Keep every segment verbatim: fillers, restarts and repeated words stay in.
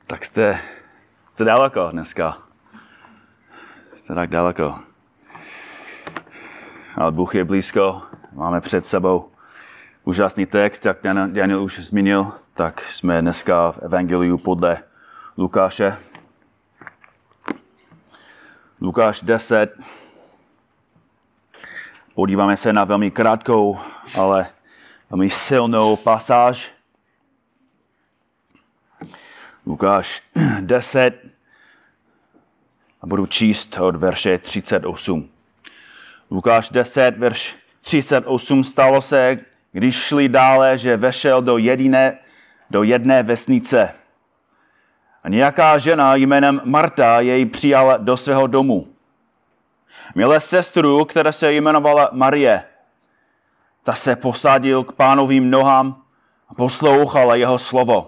Tak jste, jste daleko dneska. Jste tak daleko. Ale Bůh je blízko. Máme před sebou úžasný text, jak Daniel už zmínil. Tak jsme dneska v Evangeliu podle Lukáše. Lukáš deset. Podíváme se na velmi krátkou, ale velmi silnou pasáž. Lukáš deset. A budu číst od verše třicet osm. Lukáš deset, verš třicet osm. Stalo se, když šli dále, že vešel do jediné, do jedné vesnice. A nějaká žena jménem Marta jej přijala do svého domu. Měla sestru, která se jmenovala Marie. Ta se posadil k Pánovým nohám a poslouchala jeho slovo.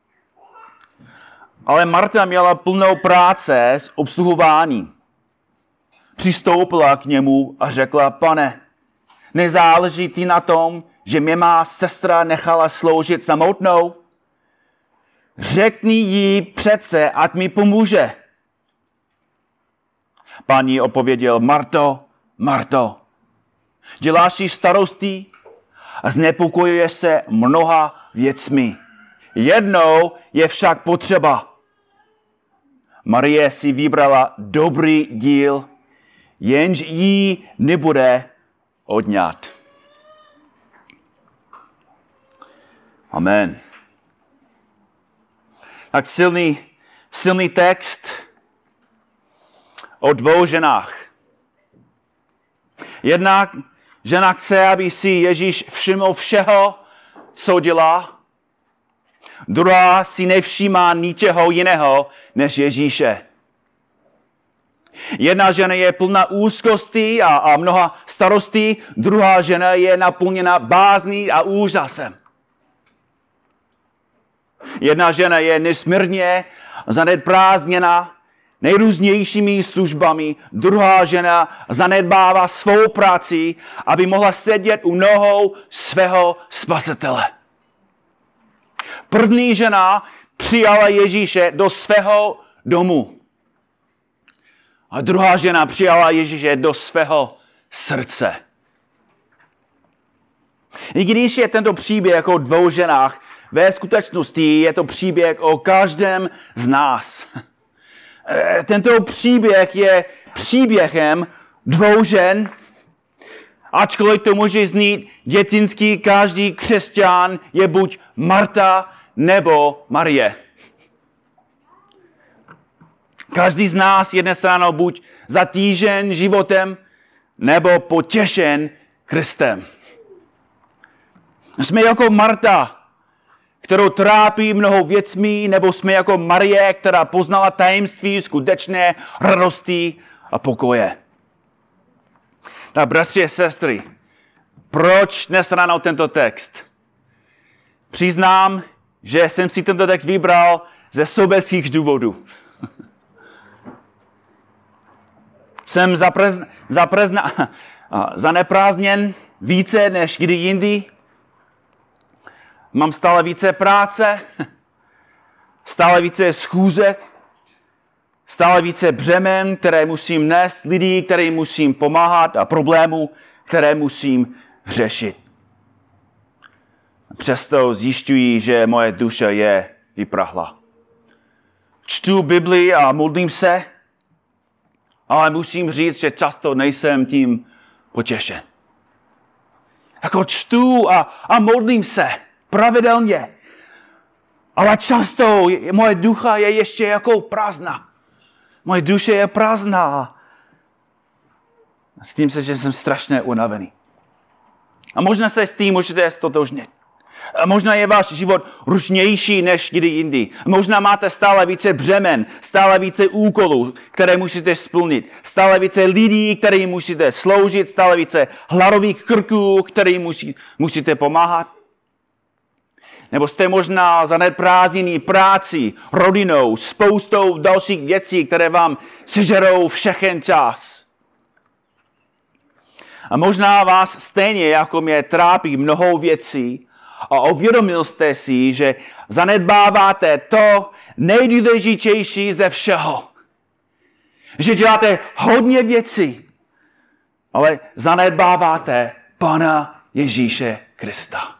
Ale Marta měla plnou práce s obsluhováním. Přistoupila k němu a řekla: Pane, nezáleží ti na tom, že mě má sestra nechala sloužit samotnou? Řekni jí přece, ať mi pomůže. Pán jí odpověděl: Marto, Marto, děláš si starosti a znepokojuješ se mnoha věcmi. Jednou je však potřeba. Marie si vybrala dobrý díl, jenž jí nebude odňat. Amen. Tak silný, silný text o dvou ženách. Jedna žena chce, aby si Ježíš všiml všeho, co dělá. Druhá si nevšímá ničeho jiného než Ježíše. Jedna žena je plná úzkosti a, a mnoha starostí, druhá žena je naplněna bázní a úžasem. Jedna žena je nesmírně zanedbázněna nejrůznějšími službami, druhá žena zanedbává svou práci, aby mohla sedět u nohou svého Spasitele. První žena přijala Ježíše do svého domu. A druhá žena přijala Ježíše do svého srdce. I když je tento příběh o dvou ženách, ve skutečnosti je to příběh o každém z nás. Tento příběh je příběhem dvou žen. Ačkoliv to může znít dětinský, každý křesťan je buď Marta nebo Marie. Každý z nás jedné stranou buď zatížen životem nebo potěšen Kristem. Jsme jako Marta, kterou trápí mnoho věcmi, nebo jsme jako Marie, která poznala tajemství skutečné radosti a pokoje. Tak bratři a sestry, proč dnes ráno tento text? Přiznám, že jsem si tento text vybral ze sobeckých důvodů. Jsem zaprezna, zaprezna, zaneprázdněn více než kdy jindy. Mám stále více práce, stále více schůzek, stále více břemen, které musím nést, lidí, kterým musím pomáhat a problémů, které musím řešit. Přesto zjišťuji, že moje duše je vyprahla. Čtu Bibli a modlím se, ale musím říct, že často nejsem tím potěšen. Jako čtu a, a modlím se pravidelně, ale často je, moje ducha je ještě jako prázdná. Moje duše je prázdná. S tím se, že jsem strašně unavený. A možná se s tím můžete stotožnit. A možná je váš život rušnější než kdy jindy. Možná máte stále více břemen, stále více úkolů, které musíte splnit. Stále více lidí, kterým musíte sloužit, stále více hladových krků, kterým musí, musíte pomáhat. Nebo jste možná zaneprázdnění práci, rodinou, spoustou dalších věcí, které vám sežerou všechen čas. A možná vás stejně jako mě trápí mnoho věcí a uvědomil jste si, že zanedbáváte to nejdůležitější ze všeho. Že děláte hodně věcí, ale zanedbáváte Pana Ježíše Krista.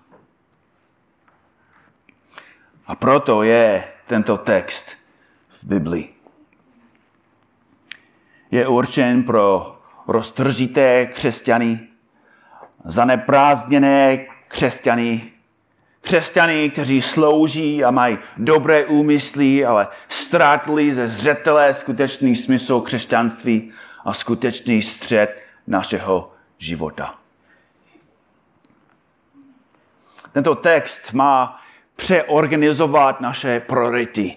A proto je tento text v Biblii. Je určen pro roztržité křesťany, zaneprázdněné křesťany, křesťany, kteří slouží a mají dobré úmysly, ale ztratili ze zřetele skutečný smysl křesťanství a skutečný střed našeho života. Tento text má přeorganizovat naše priority.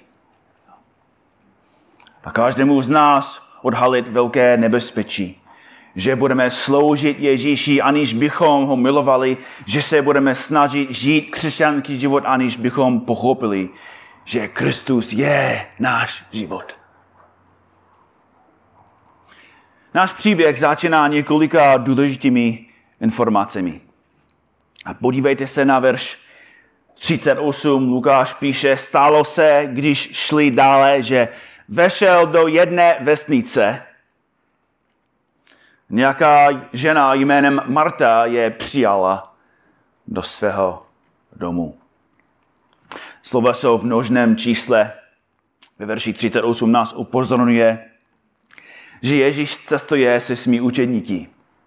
A každému z nás odhalit velké nebezpečí, že budeme sloužit Ježíši, aniž bychom ho milovali, že se budeme snažit žít křesťanský život, aniž bychom pochopili, že Kristus je náš život. Náš příběh začíná několika důležitými informacemi. A podívejte se na verš třicet osm. Lukáš píše, stalo se, když šli dále, že vešel do jedné vesnice. Nějaká žena jménem Marta je přijala do svého domu. Slova jsou v množném čísle. Ve verši třicet osm nás upozorňuje, že Ježíš cestuje se svými učedníky.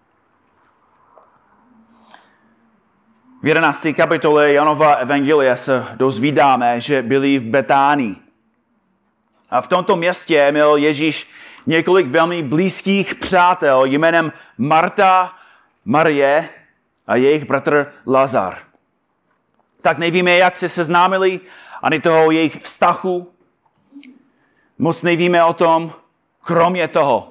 V jedenácté kapitole Janova evangelia se dozvídáme, že byli v Betánii. A v tomto městě měl Ježíš několik velmi blízkých přátel jménem Marta, Marie a jejich bratr Lazar. Tak nevíme, jak se seznámili, ani toho jejich vztahu. Moc nevíme o tom, kromě toho.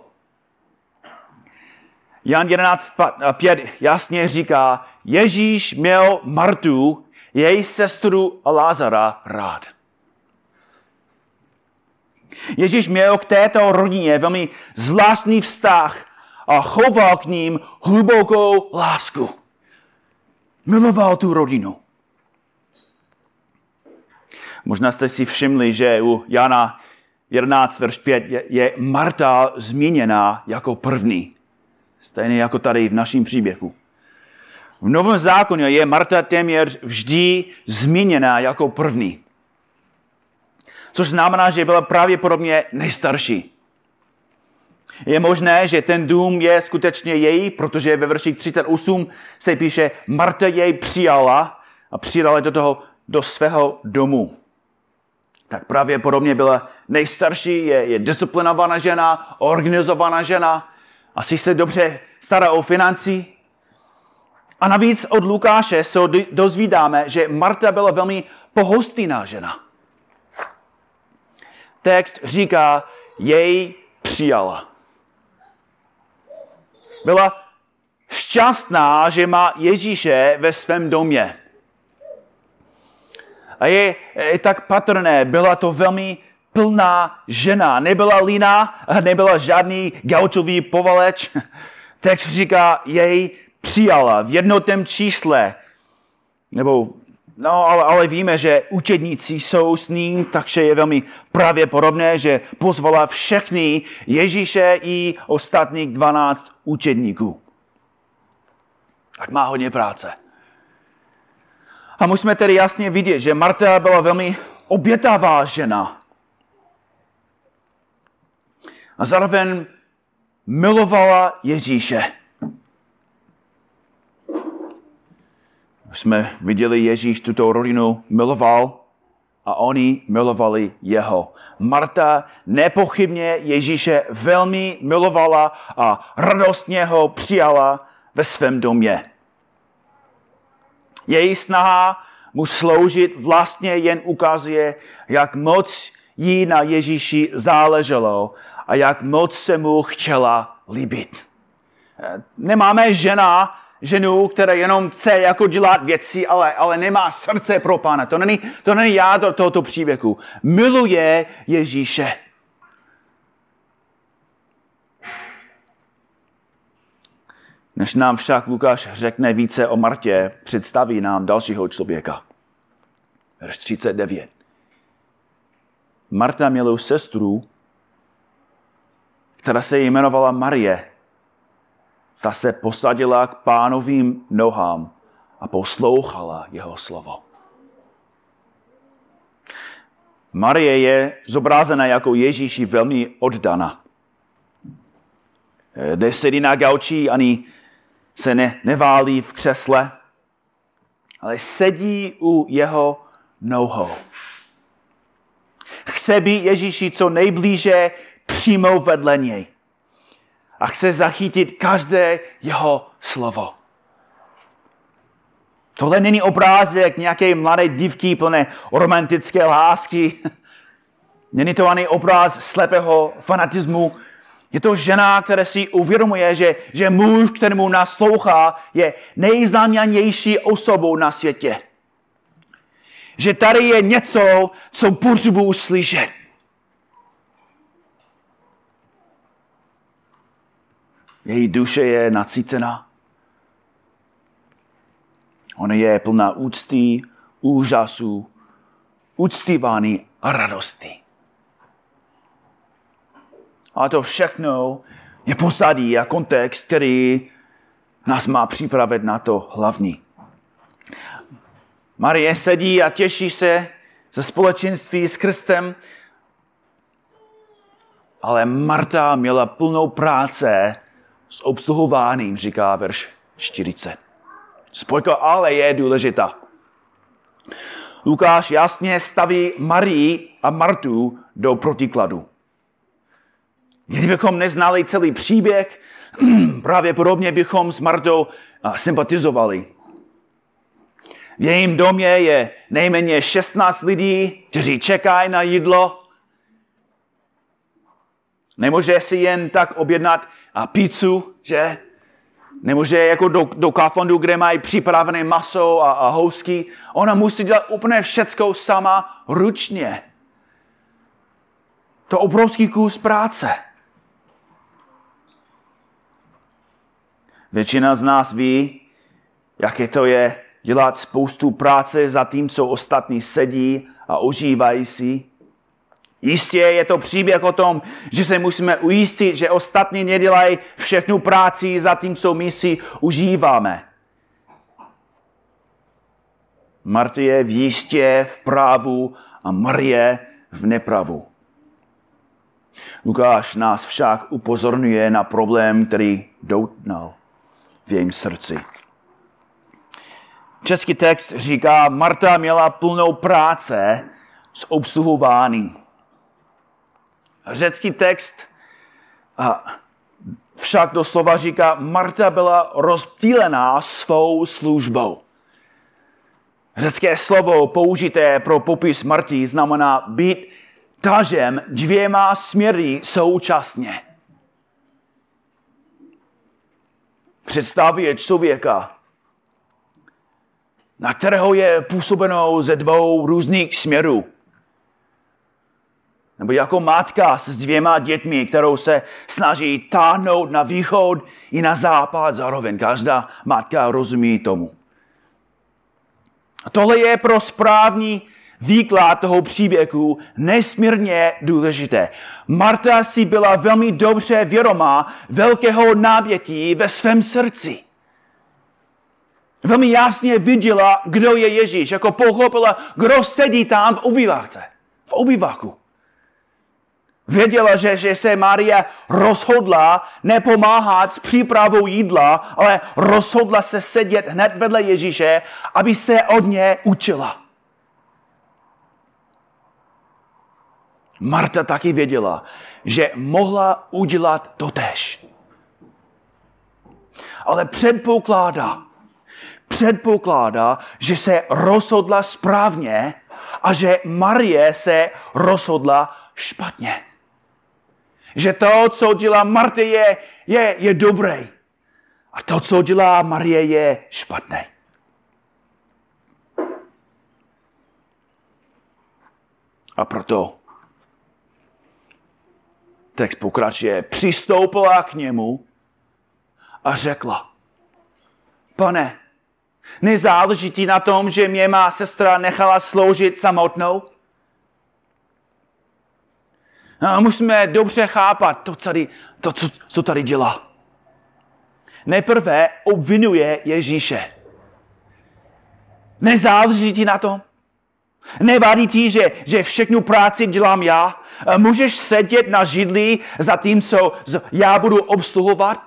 Jan jedenáct pět jasně říká, Ježíš měl Martu, její sestru a Lázara rád. Ježíš měl k této rodině velmi zvláštní vztah a choval k ním hlubokou lásku. Miloval tu rodinu. Možná jste si všimli, že u Jana jedenáct verš pět je, je Marta zmíněna jako první. Stejně jako tady v našem příběhu. V Novém zákoně je Marta téměř vždy zmíněna jako první. Což znamená, že byla pravděpodobně nejstarší. Je možné, že ten dům je skutečně její, protože ve verši třicet osm se píše, Marta jej přijala a přijala do toho do svého domu. Tak pravděpodobně byla nejstarší, je, je disciplinovaná žena, organizovaná žena, asi se dobře stará o financí. A navíc od Lukáše se dozvídáme, že Marta byla velmi pohostinná žena. Text říká, jej přijala. Byla šťastná, že má Ježíše ve svém domě. A je, je tak patrné, byla to velmi plná žena. Nebyla líná, nebyla žádný gaučový povaleč. Text říká, jej přijala v jednotném čísle. Nebo, no, ale, ale víme, že učedníci jsou s ním, takže je velmi pravděpodobné, že pozvala všechny Ježíše i ostatních dvanáct učedníků. Tak má hodně práce. A musíme tedy jasně vidět, že Marta byla velmi obětavá žena. A zároveň milovala Ježíše. Jsme viděli, Ježíš tuto rodinu miloval a oni milovali jeho. Marta nepochybně Ježíše velmi milovala a radostně ho přijala ve svém domě. Její snaha mu sloužit vlastně jen ukazuje, jak moc jí na Ježíši záleželo a jak moc se mu chtěla líbit. Nemáme žena, ženu, která jenom chce jako dělat věci, ale, ale nemá srdce pro Pána. To není, to není jádro tohoto příběhu. Miluje Ježíše. Než nám však Lukáš řekne více o Martě, představí nám dalšího člověka. Verš třicet devět. Marta měla sestru, která se jmenovala Marie. Ta se posadila k Pánovým nohám a poslouchala jeho slovo. Marie je zobrazena jako Ježíši velmi oddana. Nesedí na gauči, ani se ne, neválí v křesle, ale sedí u jeho nohou. Chce být Ježíši co nejblíže přímo vedle něj. A chce zachytit každé jeho slovo. Tohle není obrázek nějaké mladé dívky plné romantické lásky. Není to ani obraz slepého fanatismu. Je to žena, která si uvědomuje, že, že muž, kterému naslouchá, je nejvzácnější osobou na světě. Že tady je něco, co potřebuji slyšet. Její duše je nasycená. Ona je plná úcty, úžasu, uctívání a radosti. A to všechno je pozadí a kontext, který nás má připravit na to hlavní. Marie sedí a těší se ze společenství s Kristem, ale Marta měla plnou práce s obsluhováním, říká verš čtyřicet. Spojka ale je důležitá. Lukáš jasně staví Marii a Martu do protikladu. Kdybychom neznali celý příběh, pravděpodobně bychom s Martou sympatizovali. V jejím domě je nejméně šestnáct lidí, kteří čekají na jídlo. Nemůže si jen tak objednat pizzu, že? Nemůže jako do, do Kauflandu, kde mají připravené maso a, a housky. Ona musí dělat úplně všecko sama ručně. To je obrovský kus práce. Většina z nás ví, jaké to je dělat spoustu práce za tím, co ostatní sedí a užívají si. Jistě je to příběh o tom, že se musíme ujistit, že ostatní nedělají všechnu práci za tím, co my si užíváme. Marta je v jistě v právu a Marie v nepravu. Lukáš nás však upozorňuje na problém, který doutnal v jejím srdci. Český text říká, Marta měla plnou práce s obsluhováním. Řecký text však doslova říká, Marta byla rozptýlená svou službou. Řecké slovo použité pro popis Marty znamená být tažem dvěma směry současně. Představuje člověka, na kterého je působeno ze dvou různých směrů. Nebo jako matka s dvěma dětmi, kterou se snaží táhnout na východ i na západ zároveň. Každá matka rozumí tomu. A tohle je pro správný výklad toho příběhu nesmírně důležité. Marta si byla velmi dobře vědomá velkého nábětí ve svém srdci. Velmi jasně viděla, kdo je Ježíš, jako pochopila, kdo sedí tam v obýváce, v obýváku. Věděla, že, že se Maria rozhodla nepomáhat s přípravou jídla, ale rozhodla se sedět hned vedle Ježíše, aby se od něj učila. Marta taky věděla, že mohla udělat totéž. Ale předpokládá, předpokládá, že se rozhodla správně a že Marie se rozhodla špatně. Že to, co dělá Marta, je, je, je dobré. A to, co dělá Marie, je špatné. A proto text pokračuje. Přistoupila k němu a řekla, Pane, Nezáleží ti na tom, že mě má sestra nechala sloužit samotnou? A musíme dobře chápat to, tady, to co, co tady dělá. Nejprve obvinuje Ježíše. Nezáleží ti na tom? Nevadí ti, že, že všechnu práci dělám já? Můžeš sedět na židli za tím, co já budu obsluhovat?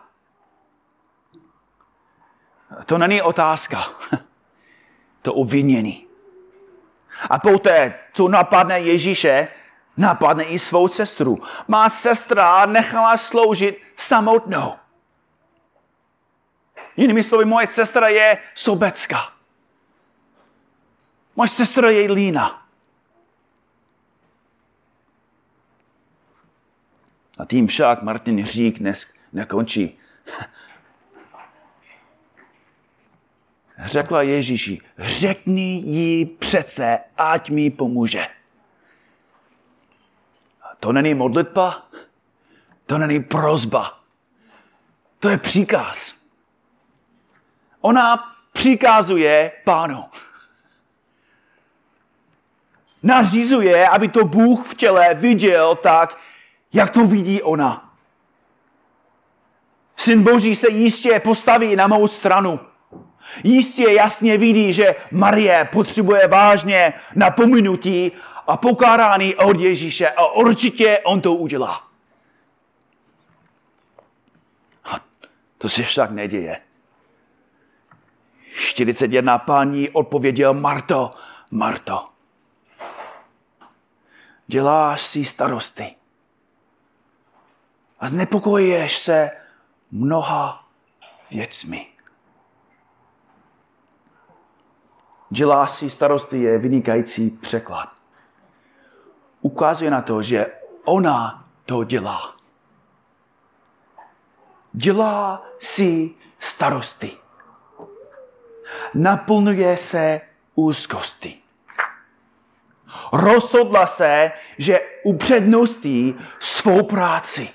To není otázka. To obvinění. A poté, co napadne Ježíše, napadne i svou sestru. Má sestra nechala sloužit samotnou. Jinými slovy, moje sestra je sobecká. Moje sestra je lína. A tím však Martin hřích nekončí. Řekla Ježíši, řekni jí přece, ať mi pomůže. To není modlitba, to není prosba. To je příkaz. Ona přikazuje Pánu. Nařizuje, aby to Bůh v těle viděl tak, jak to vidí ona. Syn Boží se jistě postaví na mou stranu. Jistě jasně vidí, že Marie potřebuje vážně napomenutí a pokárání od Ježíše a určitě on to udělá. A to se však neděje. čtyřicet jedna paní odpověděl, Marto, Marto, děláš si starosti a znepokojuješ se mnoha věcmi. Děláš si starosti je vynikající překlad. Ukazuje na to, že ona to dělá. Dělá si starosti. Naplňuje se úzkosti. Rozhodla se, že upředností svou práci.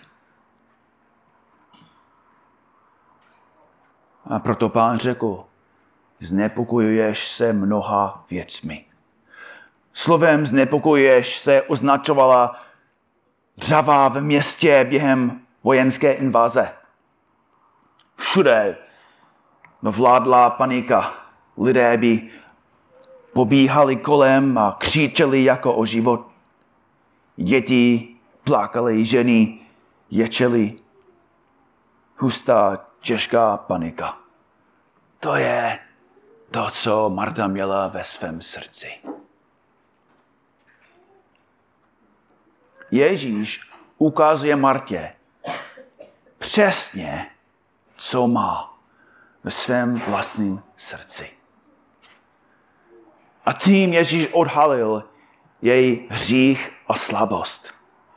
A proto Pán řekl, znepokojuješ se mnoha věcmi. Slovem znepokojuješ se označovala dřava v městě během vojenské invaze. Všude vládla panika. Lidé by pobíhali kolem a křičeli jako o život. Děti plakaly, ženy ječely. Hustá, těžká panika. To je to, co Marta měla ve svém srdci. Ježíš ukazuje Martě přesně, co má ve svém vlastním srdci. A tím Ježíš odhalil její hřích a slabost.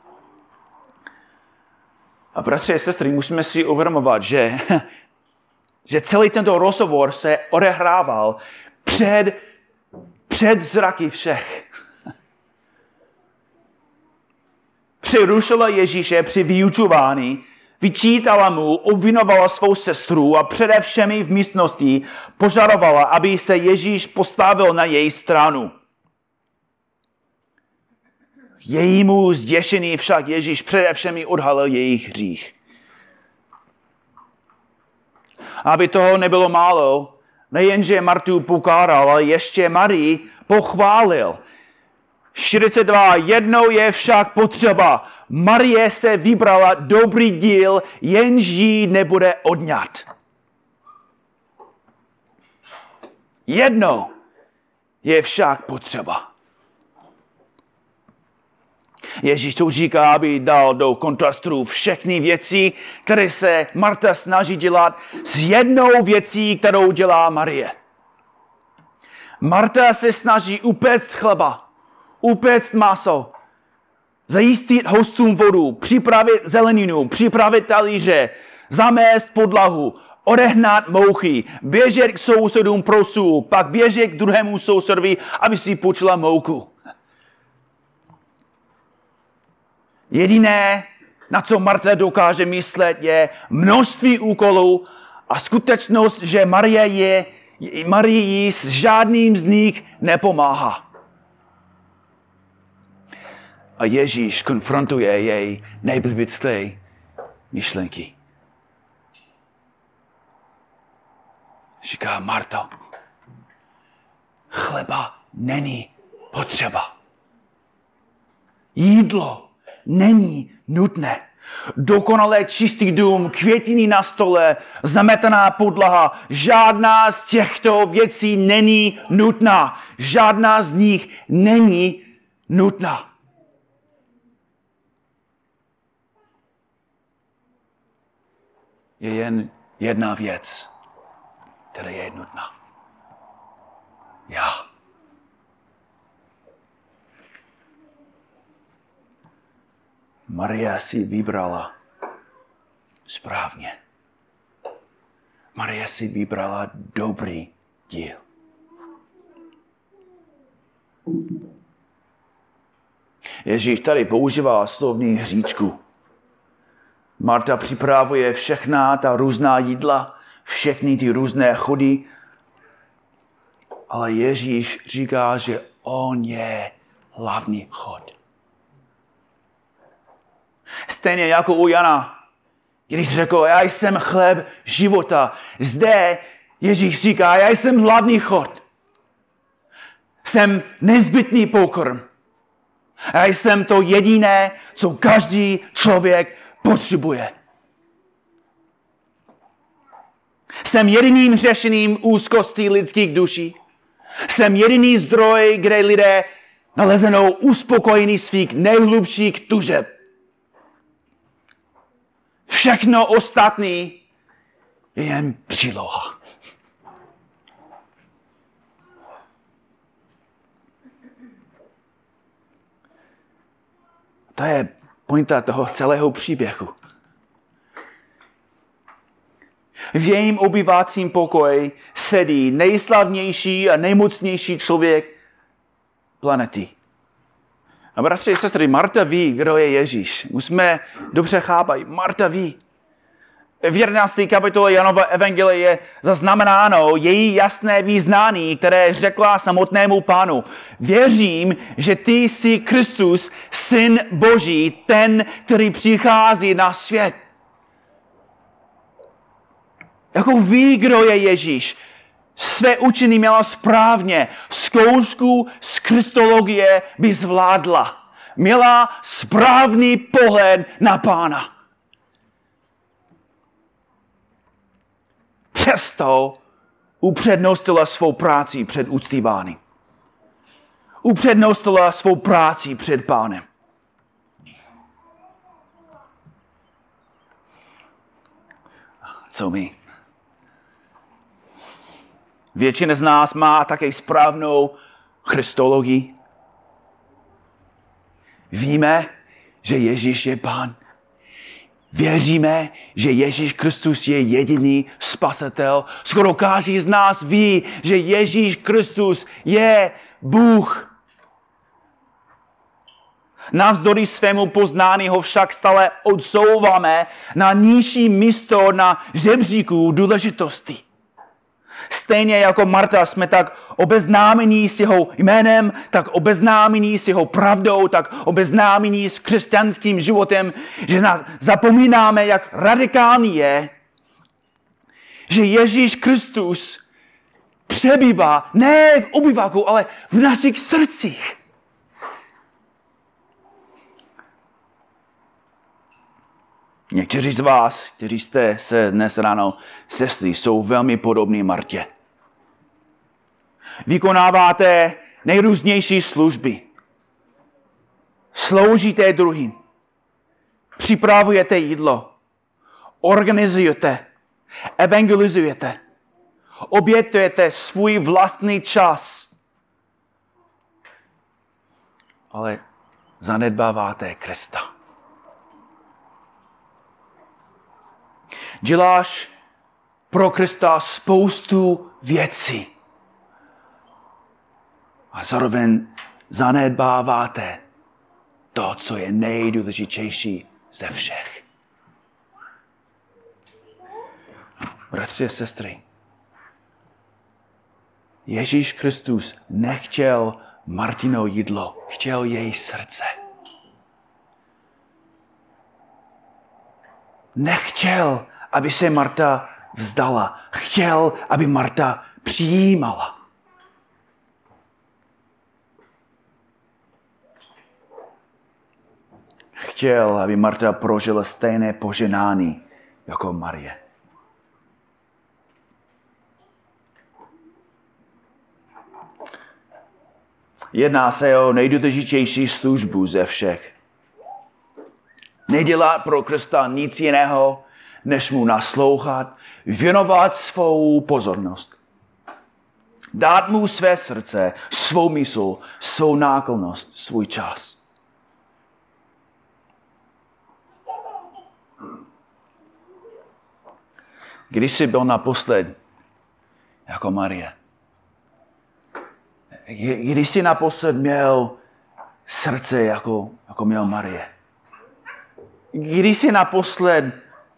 A bratři a sestry, musíme si uvědomovat, že, že celý tento rozhovor se odehrával před, před zraky všech. Přerušila Ježíše při vyučování, vyčítala mu, obvinovala svou sestru a přede všemi v místnosti požadovala, aby se Ježíš postavil na její stranu. Jejímu zděšení však Ježíš přede všemi odhalil jejich hřích. Aby toho nebylo málo, nejenže Martu pokáral, ale ještě Marii pochválil. čtyřicet dva. Jednou je však potřeba. Marie se vybrala dobrý díl, jenž jí nebude odňat. Jednou je však potřeba. Ježíš to říká, aby dal do kontrastu všechny věci, které se Marta snaží dělat, s jednou věcí, kterou dělá Marie. Marta se snaží upéct chleba, upéct maso, zajistit hostům vodu, připravit zeleninu, připravit talíře, zamést podlahu, odehnat mouchy, běžet k sousedům pro sůl, pak běžet k druhému sousedovi, aby si počula mouku. Jediné, na co Marta dokáže myslet, je množství úkolů a skutečnost, že Marie je Marii s žádným z nich nepomáhá. A Ježíš konfrontuje jej nejblbětské myšlenky. Říká: Marto, chleba není potřeba. Jídlo není nutné. Dokonale čistý dům, květiny na stole, zametená podlaha, žádná z těchto věcí není nutná. Žádná z nich není nutná. Je jen jedna věc, která je nutná. Já. Maria si vybrala správně. Maria si vybrala dobrý díl. Ježíš tady používá slovní hříčku. Marta připravuje všechna ta různá jídla, všechny ty různé chody, ale Ježíš říká, že on je hlavní chod. Stejně jako u Jana, když řekl: já jsem chléb života. Zde Ježíš říká: já jsem hlavní chod. Jsem nezbytný pokrm. Já jsem to jediné, co každý člověk potřebuje. Jsem jediným řešením úzkostí lidských duší. Jsem jediný zdroj, kde lidé nalezenou uspokojení svých nejhlubších tužeb. Všechno ostatní je jen příloha. To je pointa toho celého příběhu. V jejím obyvacím pokoji sedí nejslavnější a nejmocnější člověk planety. A bratři a sestry, Marta ví, kdo je Ježíš. Musíme dobře chápat. Marta ví. V jedenácté kapitole Janova evangelie je zaznamenáno její jasné význání, které řekla samotnému Pánu: věřím, že ty jsi Kristus, syn Boží, ten, který přichází na svět. Jako ví, kdo je Ježíš. Své učení měla správně. Zkoušku z kristologie by zvládla. Měla správný pohled na Pána. Přesto upřednostila svou práci před uctíváním. Upřednostila svou práci před Pánem. Co my? Většina z nás má také správnou christologii. Víme, že Ježíš je Pán. Věříme, že Ježíš Kristus je jediný spasitel. Skoro každý z nás ví, že Ježíš Kristus je Bůh. Navzdory svému poznání ho však stále odsouváme na nižší místo na žebříku důležitosti. Stejně jako Marta jsme tak obeznámení s jeho jménem, tak obeznámení s jeho pravdou, tak obeznámení s křesťanským životem, že nás zapomínáme, jak radikální je, že Ježíš Kristus přebývá ne v obyvaku, ale v našich srdcích. Někteří z vás, kteří jste se dnes ráno sešli, jsou velmi podobní Martě. Vykonáváte nejrůznější služby. Sloužíte druhým. Připravujete jídlo. Organizujete. Evangelizujete. Obětujete svůj vlastní čas. Ale zanedbáváte Krista. Děláš pro Krista spoustu věcí. A zároveň zanedbáváte to, co je nejdůležitější ze všech. Bratři a sestry, Ježíš Kristus nechtěl Martino jídlo, chtěl její srdce. Nechtěl, aby se Marta vzdala. Chtěl, aby Marta přijímala. Chtěl, aby Marta prožila stejné poženání jako Marie. Jedná se o nejdůležitější službu ze všech. Nedělat pro Krista nic jiného, než mu naslouchat, věnovat svou pozornost. Dát mu své srdce, svou mysl, svou náklonnost, svůj čas. Když jsi byl naposled jako Marie? Když jsi naposled měl srdce jako, jako měl Marie? Když jsi naposled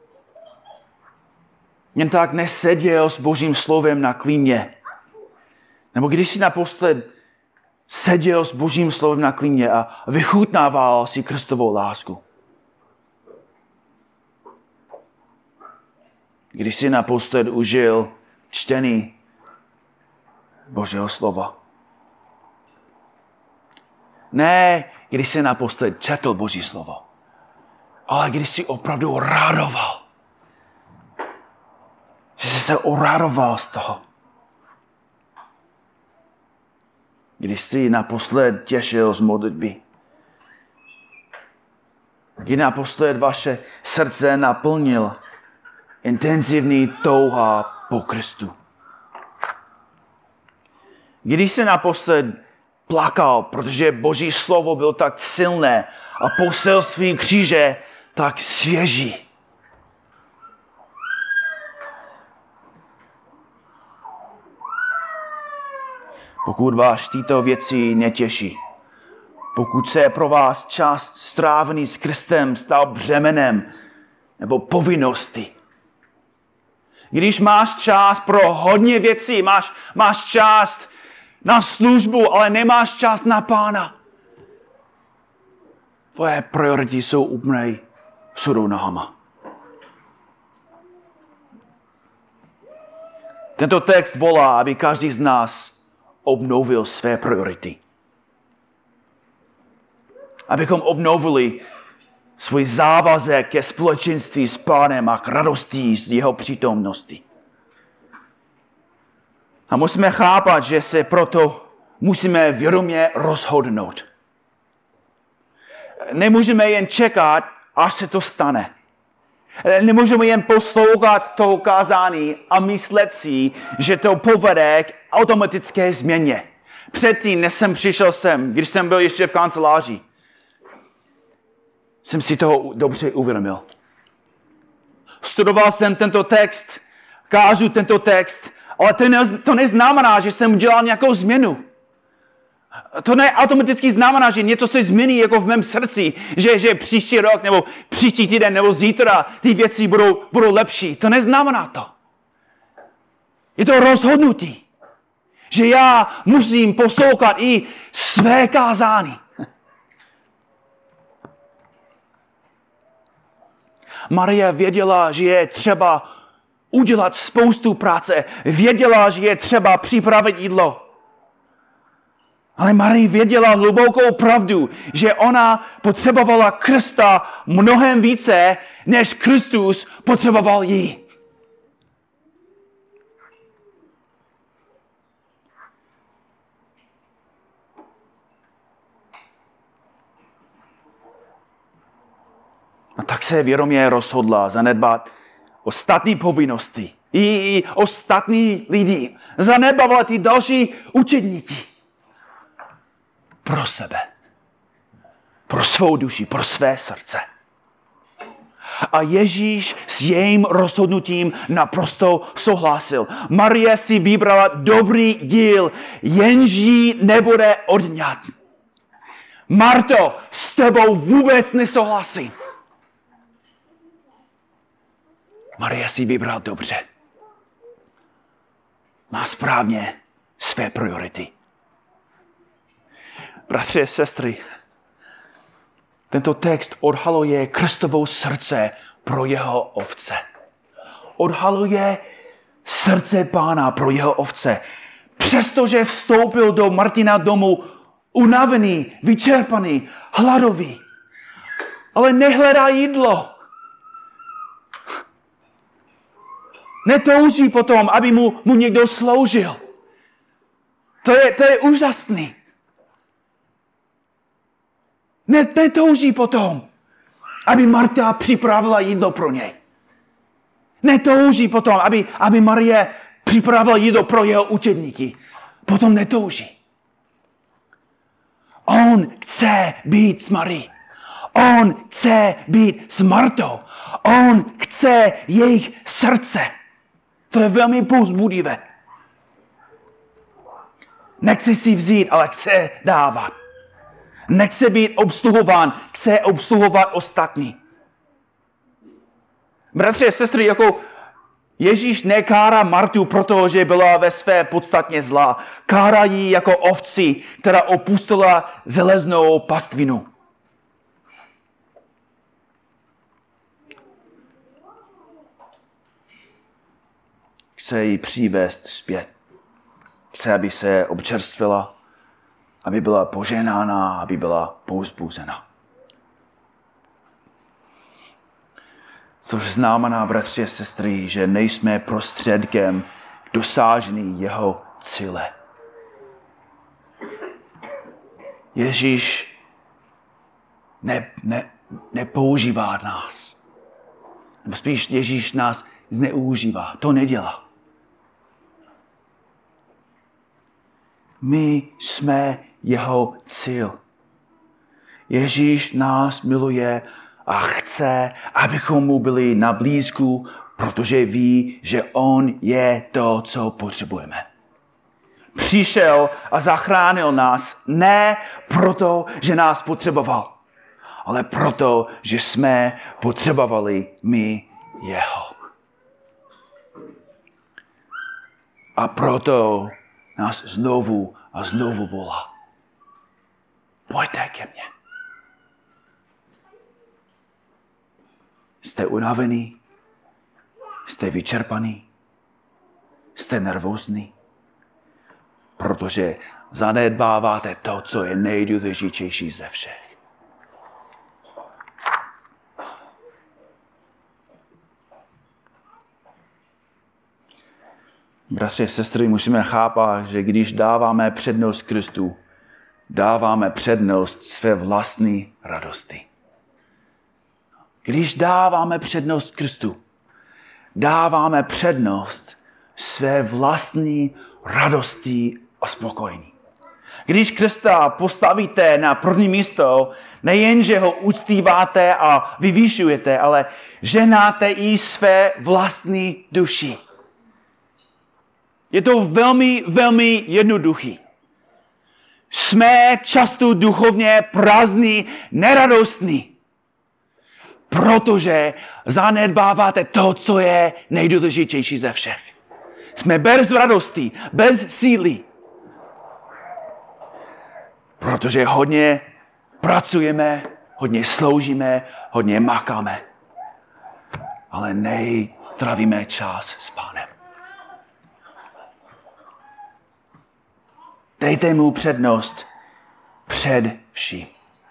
jen tak neseděl s Božím slovem na klíně? Nebo když jsi naposled seděl s Božím slovem na klíně a vychutnával si Kristovou lásku? Když jsi naposled užil čtení Božího slova? Ne, když jsi naposled četl Boží slovo, ale když jsi opravdu radoval. Že jsi se oradoval z toho. Když jsi naposled těšil z modlitby. Kdy naposled vaše srdce naplnil intenzivní touha po Kristu. Když jsi naposled plakal, protože Boží slovo bylo tak silné a poselství kříže tak svěží. Pokud vás tyto věci netěší, pokud se pro vás čas strávený s Kristem stal břemenem nebo povinností, když máš čas pro hodně věcí, máš, máš čas na službu, ale nemáš čas na Pána. Tvoje priority jsou úplně vzhůru nohama. Tento text volá, aby každý z nás obnovil své priority. Abychom obnovili svůj závazek ke společenství s Pánem a k radosti z jeho přítomnosti. A musíme chápat, že se proto musíme vědomě rozhodnout. Nemůžeme jen čekat, až se to stane. Nemůžeme jen poslouchat toho kázání a myslet si, že to povede k automatické změně. Předtím, než jsem přišel sem, když jsem byl ještě v kanceláři, jsem si toho dobře uvědomil. Studoval jsem tento text, kážu tento text, ale to, ne, to neznamená, že jsem udělal nějakou změnu. To ne automaticky znamená, že něco se změní jako v mém srdci, že, že příští rok nebo příští týden nebo zítra ty věci budou, budou lepší. To neznamená to. Je to rozhodnutí, že já musím poslouchat i své kázání. Marie věděla, že je třeba udělat spoustu práce. Věděla, že je třeba připravit jídlo. Ale Marie věděla hlubokou pravdu, že ona potřebovala Krista mnohem více, než Kristus potřeboval jí. A tak se vědomě rozhodla zanedbat ostatní povinnosti i, i ostatní lidi. Zanedbala ty další učedníky. Pro sebe. Pro svou duši, pro své srdce. A Ježíš s jejím rozhodnutím naprosto souhlasil. Marie si vybrala dobrý díl, jenž jí nebude odňat. Marto, s tebou vůbec nesouhlasím. Marie si vybral dobře. Má správně své priority. Bratři a sestry, tento text odhaluje Kristovo srdce pro jeho ovce. Odhaluje srdce Pána pro jeho ovce. Přestože vstoupil do Martina domu unavený, vyčerpaný, hladový, ale nehledá jídlo. Netouží potom, aby mu, mu někdo sloužil. To je, to je úžasný. Netouží potom, aby Marta připravila jídlo pro něj. Netouží potom, aby, aby Marie připravila jídlo pro jeho učedníky. Potom netouží. On chce být s Marií. On chce být s Martou. On chce jejich srdce. To je velmi povzbudivé. Nechce si vzít, ale chce dávat. Nechce být obsluhován, chce obsluhovat ostatní. Bratři a sestry, jako Ježíš nekárá Martu, protože byla ve své podstatě zlá. Kárá ji jako ovci, která opustila železnou pastvinu. Chce ji přivést zpět. Chce, aby se občerstvila, aby byla poženána, aby byla povzbuzena. Což znamená, bratři a sestry, že nejsme prostředkem k dosážení jeho cíle. Ježíš ne, ne, nepoužívá nás. Nebo spíš Ježíš nás zneužívá. To nedělá. My jsme jeho cíl. Ježíš nás miluje a chce, abychom mu byli na blízku, protože ví, že on je to, co potřebujeme. Přišel a zachránil nás ne proto, že nás potřeboval, ale proto, že jsme potřebovali my jeho. A proto nás znovu a znovu volá. Pojďte ke mně. Jste unavený? Jste vyčerpaný? Jste nervózní? Protože zanedbáváte to, co je nejdůležitější ze všech. Bratři a sestry, musíme chápat, že když dáváme přednost Kristu, dáváme přednost své vlastní radosti. Když dáváme přednost Kristu, dáváme přednost své vlastní radosti a spokojení. Když Krista postavíte na první místo, nejenže ho uctíváte a vyvýšujete, ale ženáte i své vlastní duši. Je to velmi, velmi jednoduchý. Jsme často duchovně prázdní, neradostní, protože zanedbáváte to, co je nejdůležitější ze všech. Jsme bez radosti, bez síly, protože hodně pracujeme, hodně sloužíme, hodně makáme, ale netrávíme čas s Pánem. Dejte mu přednost před vším.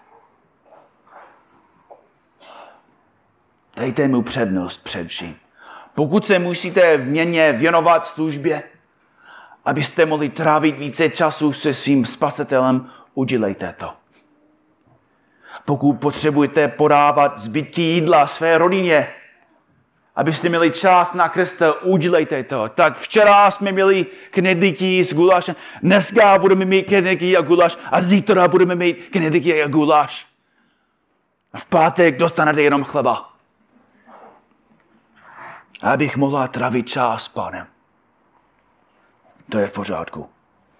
Dejte mu přednost před vším. Pokud se musíte měně věnovat službě, abyste mohli trávit více času se svým spasitelem, udělejte to. Pokud potřebujete podávat zbytky jídla své rodině, abyste měli čas na Krista, udělejte to. Tak včera jsme měli knedlíky s gulášem, dneska budeme mít knedlíky a guláš a zítra budeme mít knedlíky a guláš. A v pátek dostanete jenom chleba. Abych mohla trávit čas s Pánem. To je v pořádku.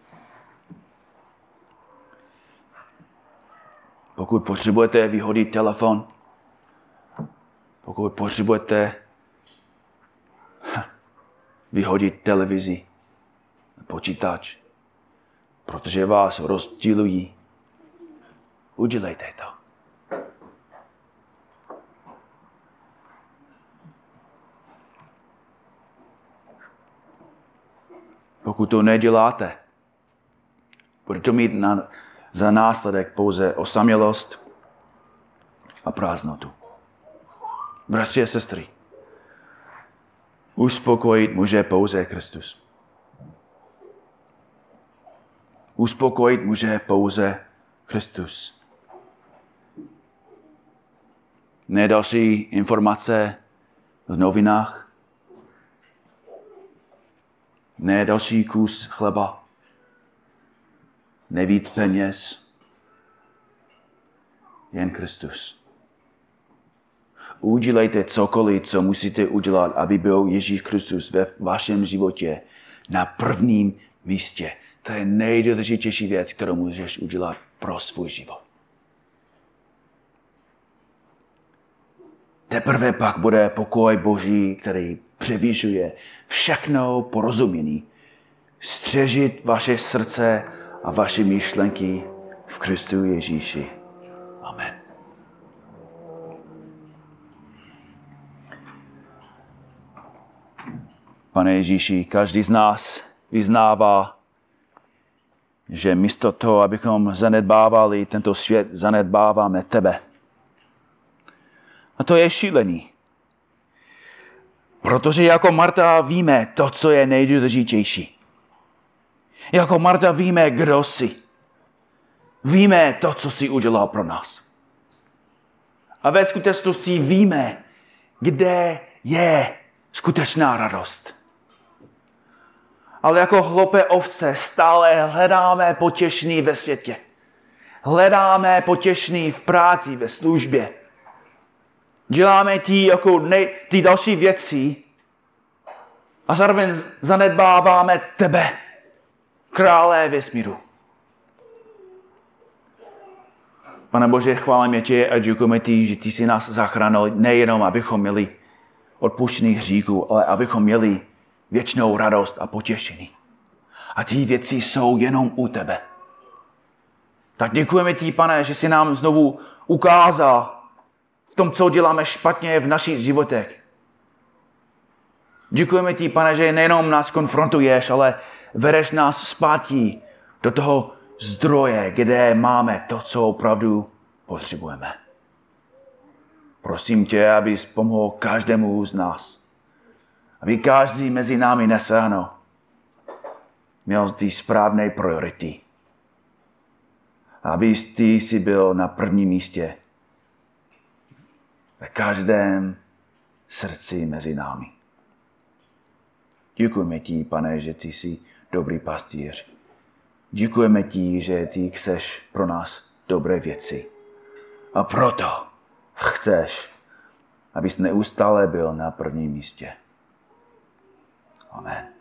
Pokud potřebujete vyhodit telefon, pokud potřebujete vyhodit televizi, počítač, protože vás rozdělují. Udělejte to. Pokud to neděláte, bude to mít na, za následek pouze osamělost a prázdnotu. Bratři a sestry, uspokojit může pouze Kristus. Uspokojit může pouze Kristus. Ne další informace v novinách, ne další kus chleba, ne víc peněz, jen Kristus. Udělejte cokoliv, co musíte udělat, aby byl Ježíš Kristus ve vašem životě na prvním místě. To je nejdůležitější věc, kterou můžeš udělat pro svůj život. Teprve pak bude pokoj Boží, který převyšuje všechno porozumění, střežit vaše srdce a vaše myšlenky v Kristu Ježíši. Amen. Pane Ježíši, každý z nás vyznává, že místo toho, abychom zanedbávali tento svět, zanedbáváme tebe. A to je šílený. Protože jako Marta víme to, co je nejdůležitější. Jako Marta víme, kdo jsi. Víme to, co jsi udělal pro nás. A ve skutečnosti víme, kde je skutečná radost. Ale jako hloupé ovce stále hledáme potěšení ve světě. Hledáme potěšení v práci, ve službě. Děláme ty, jako nej, ty další věci a zároveň zanedbáváme tebe, krále vesmíru. Pane Bože, chválíme tě a děkujeme ti, že ty jsi nás zachránil nejenom, abychom měli odpuštění hříchů, ale abychom měli věčnou radost a potěšení. A ty věci jsou jenom u tebe. Tak děkujeme ti, Pane, že jsi nám znovu ukázal v tom, co děláme špatně v našich životech. Děkujeme ti, Pane, že nejenom nás konfrontuješ, ale vedeš nás zpátky do toho zdroje, kde máme to, co opravdu potřebujeme. Prosím tě, abys pomohl každému z nás. Aby každý mezi námi nesáhno měl ty správné priority. Aby ty si byl na prvním místě ve každém srdci mezi námi. Děkujeme ti, Pane, že ty jsi dobrý pastýř. Děkujeme ti, že ty chceš pro nás dobré věci. A proto chceš, abys neustále byl na prvním místě. Amen.